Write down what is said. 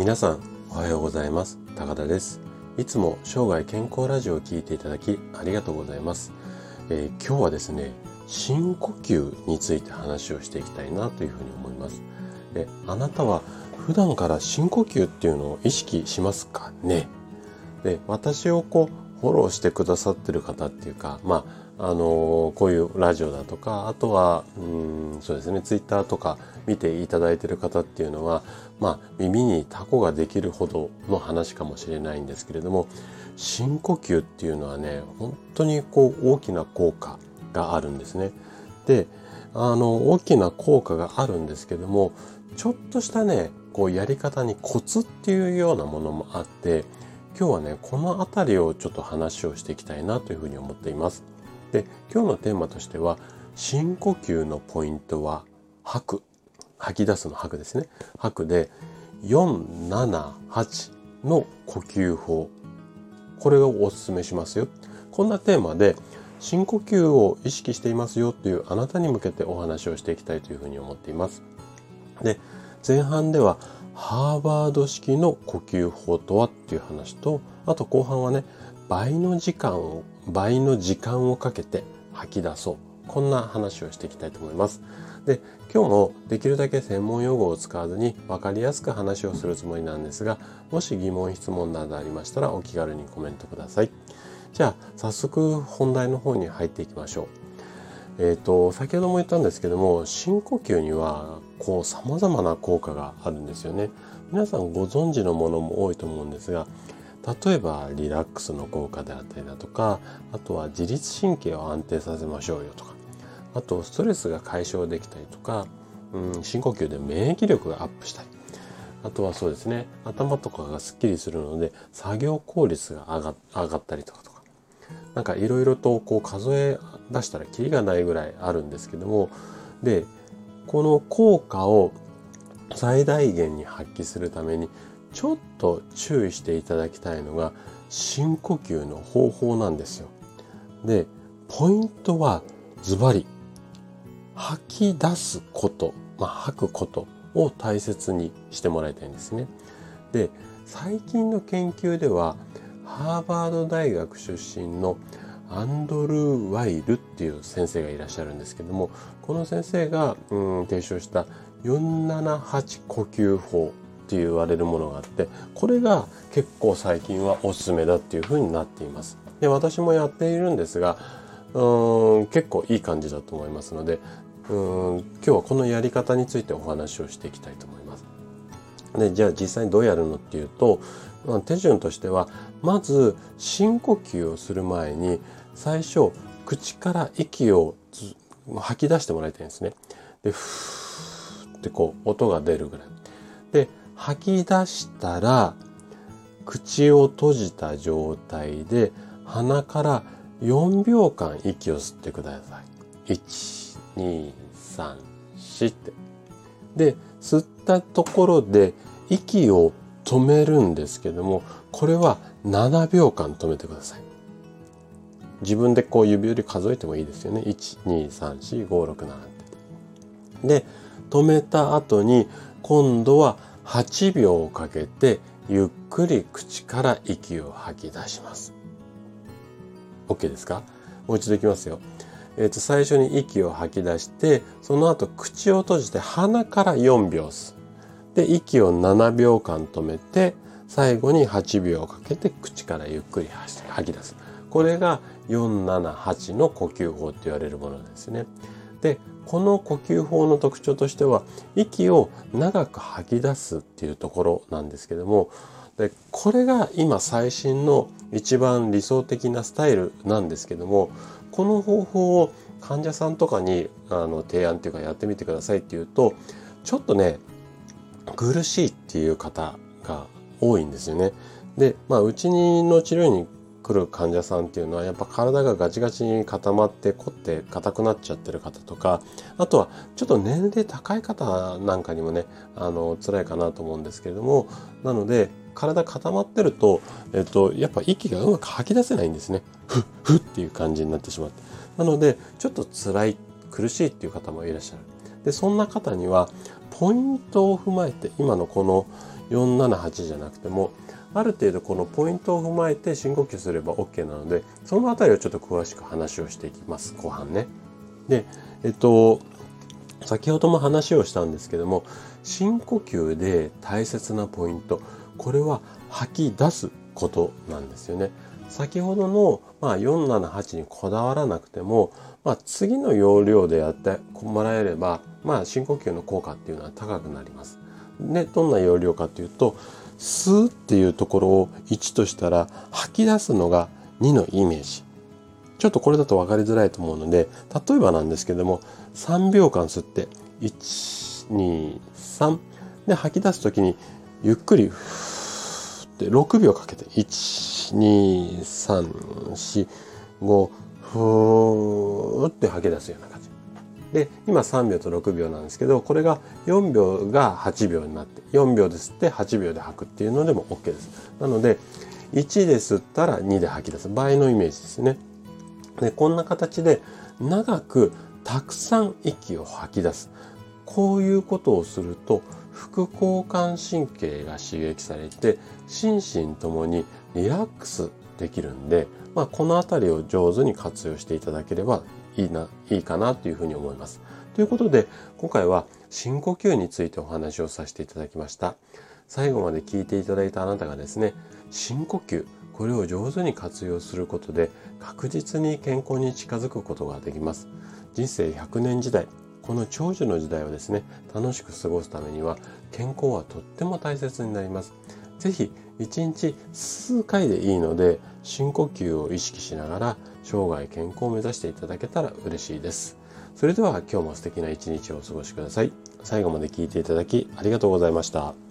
皆さんおはようございます。高田です。いつも生涯健康ラジオを聞いていただきありがとうございます。今日はですね、深呼吸について話をしていきたいなというふうに思います。あなたは普段から深呼吸っていうのを意識しますかね。で、私をフォローしてくださってる方っていうか、こういうラジオだとか、あとはそうですね、ツイッターとか見ていただいている方っていうのは、耳にタコができるほどの話かもしれないんですけれども、深呼吸っていうのはね、本当に大きな効果があるんですね。で、大きな効果があるんですけども、ちょっとしたね、やり方にコツっていうようなものもあって、今日はね、このあたりをちょっと話をしていきたいなというふうに思っています。で、今日のテーマとしては、深呼吸のポイントは吐き出すの吐くですね。吐くで、478の呼吸法。これをお勧めしますよ。こんなテーマで、深呼吸を意識していますよというあなたに向けてお話をしていきたいというふうに思っています。で、前半では、ハーバード式の呼吸法とはっていう話と、あと後半はね、倍の時間をかけて吐き出そう。こんな話をしていきたいと思います。で、今日もできるだけ専門用語を使わずに分かりやすく話をするつもりなんですが、もし疑問質問などありましたらお気軽にコメントください。じゃあ早速本題の方に入っていきましょう。先ほども言ったんですけども、深呼吸には様々な効果があるんですよね。皆さんご存知のものも多いと思うんですが、例えばリラックスの効果であったりだとか、あとは自律神経を安定させましょうよとか、あとストレスが解消できたりとか、深呼吸で免疫力がアップしたり、あとはそうですね、頭とかがスッキリするので作業効率が上がったりとか、なんかいろいろと数え出したらキリがないぐらいあるんですけども、で、この効果を最大限に発揮するためにちょっと注意していただきたいのが深呼吸の方法なんですよ。で、ポイントはズバリ吐き出すこと、吐くことを大切にしてもらいたいんですね。で、最近の研究ではハーバード大学出身のアンドルー・ワイルっていう先生がいらっしゃるんですけども、この先生が提唱した478呼吸法って言われるものがあって、これが結構最近はおすすめだっていう風になっています。で、私もやっているんですが、結構いい感じだと思いますので、今日はこのやり方についてお話をしていきたいと思います。で、じゃあ実際にどうやるのっていうと、手順としては、まず深呼吸をする前に最初口から息を吐き出してもらいたいんですね。で、ふーって音が出るぐらいで、吐き出したら口を閉じた状態で鼻から4秒間息を吸ってください。1、2、3、4って。で、吸ったところで息を止めるんですけども、これは7秒間止めてください。自分で指折り数えてもいいですよね。1、2、3、4、5、6、7って。で、止めた後に今度は8秒かけてゆっくり口から息を吐き出します。OK ですか？もう一度いきますよ。最初に息を吐き出して、その後口を閉じて鼻から4秒吸う。で、息を7秒間止めて、最後に8秒かけて口からゆっくり吐き出す。これが478の呼吸法と言われるものですね。で、この呼吸法の特徴としては、息を長く吐き出すっていうところなんですけども、で、これが今最新の一番理想的なスタイルなんですけども、この方法を患者さんとかに提案っていうかやってみてくださいっていうと、ちょっとね、苦しいっていう方が多いんですよね。で、うちの治療に来る患者さんっていうのはやっぱ体がガチガチに固まって凝って硬くなっちゃってる方とか、あとはちょっと年齢高い方なんかにもね、辛いかなと思うんですけれども、なので体固まってると、やっぱ息がうまく吐き出せないんですね。ふっふっていう感じになってしまって。なのでちょっと辛い、苦しいっていう方もいらっしゃる。で、そんな方にはポイントを踏まえて今のこの 478じゃなくても、ある程度このポイントを踏まえて深呼吸すれば OK なので、そのあたりをちょっと詳しく話をしていきます、後半ね。で、先ほども話をしたんですけども、深呼吸で大切なポイント、これは吐き出すことなんですよね。先ほどの、478にこだわらなくても、次の要領でやってもらえれば、深呼吸の効果っていうのは高くなります。で、どんな要領かっていうと、吸うっていうところを1としたら、吐き出すのが2のイメージ。ちょっとこれだと分かりづらいと思うので、例えばなんですけども、3秒間吸って、1、2、3。で、吐き出すときに、ゆっくり、で6秒かけて、1、2、3、4、5、ふーって吐き出すような感じ。で、今3秒と6秒なんですけど、これが4秒が8秒になって、4秒で吸って8秒で吐くっていうのでも OK です。なので、1で吸ったら2で吐き出す。倍のイメージですね。で、こんな形で長くたくさん息を吐き出す。こういうことをすると、副交感神経が刺激されて、心身ともにリラックスできるんで、このあたりを上手に活用していただければいいかなというふうに思います。ということで、今回は深呼吸についてお話をさせていただきました。最後まで聞いていただいたあなたがですね、深呼吸、これを上手に活用することで確実に健康に近づくことができます。人生100年時代、この長寿の時代をですね、楽しく過ごすためには健康はとっても大切になります。ぜひ1日数回でいいので深呼吸を意識しながら生涯健康を目指していただけたら嬉しいです。それでは今日も素敵な一日をお過ごしください。最後まで聞いていただきありがとうございました。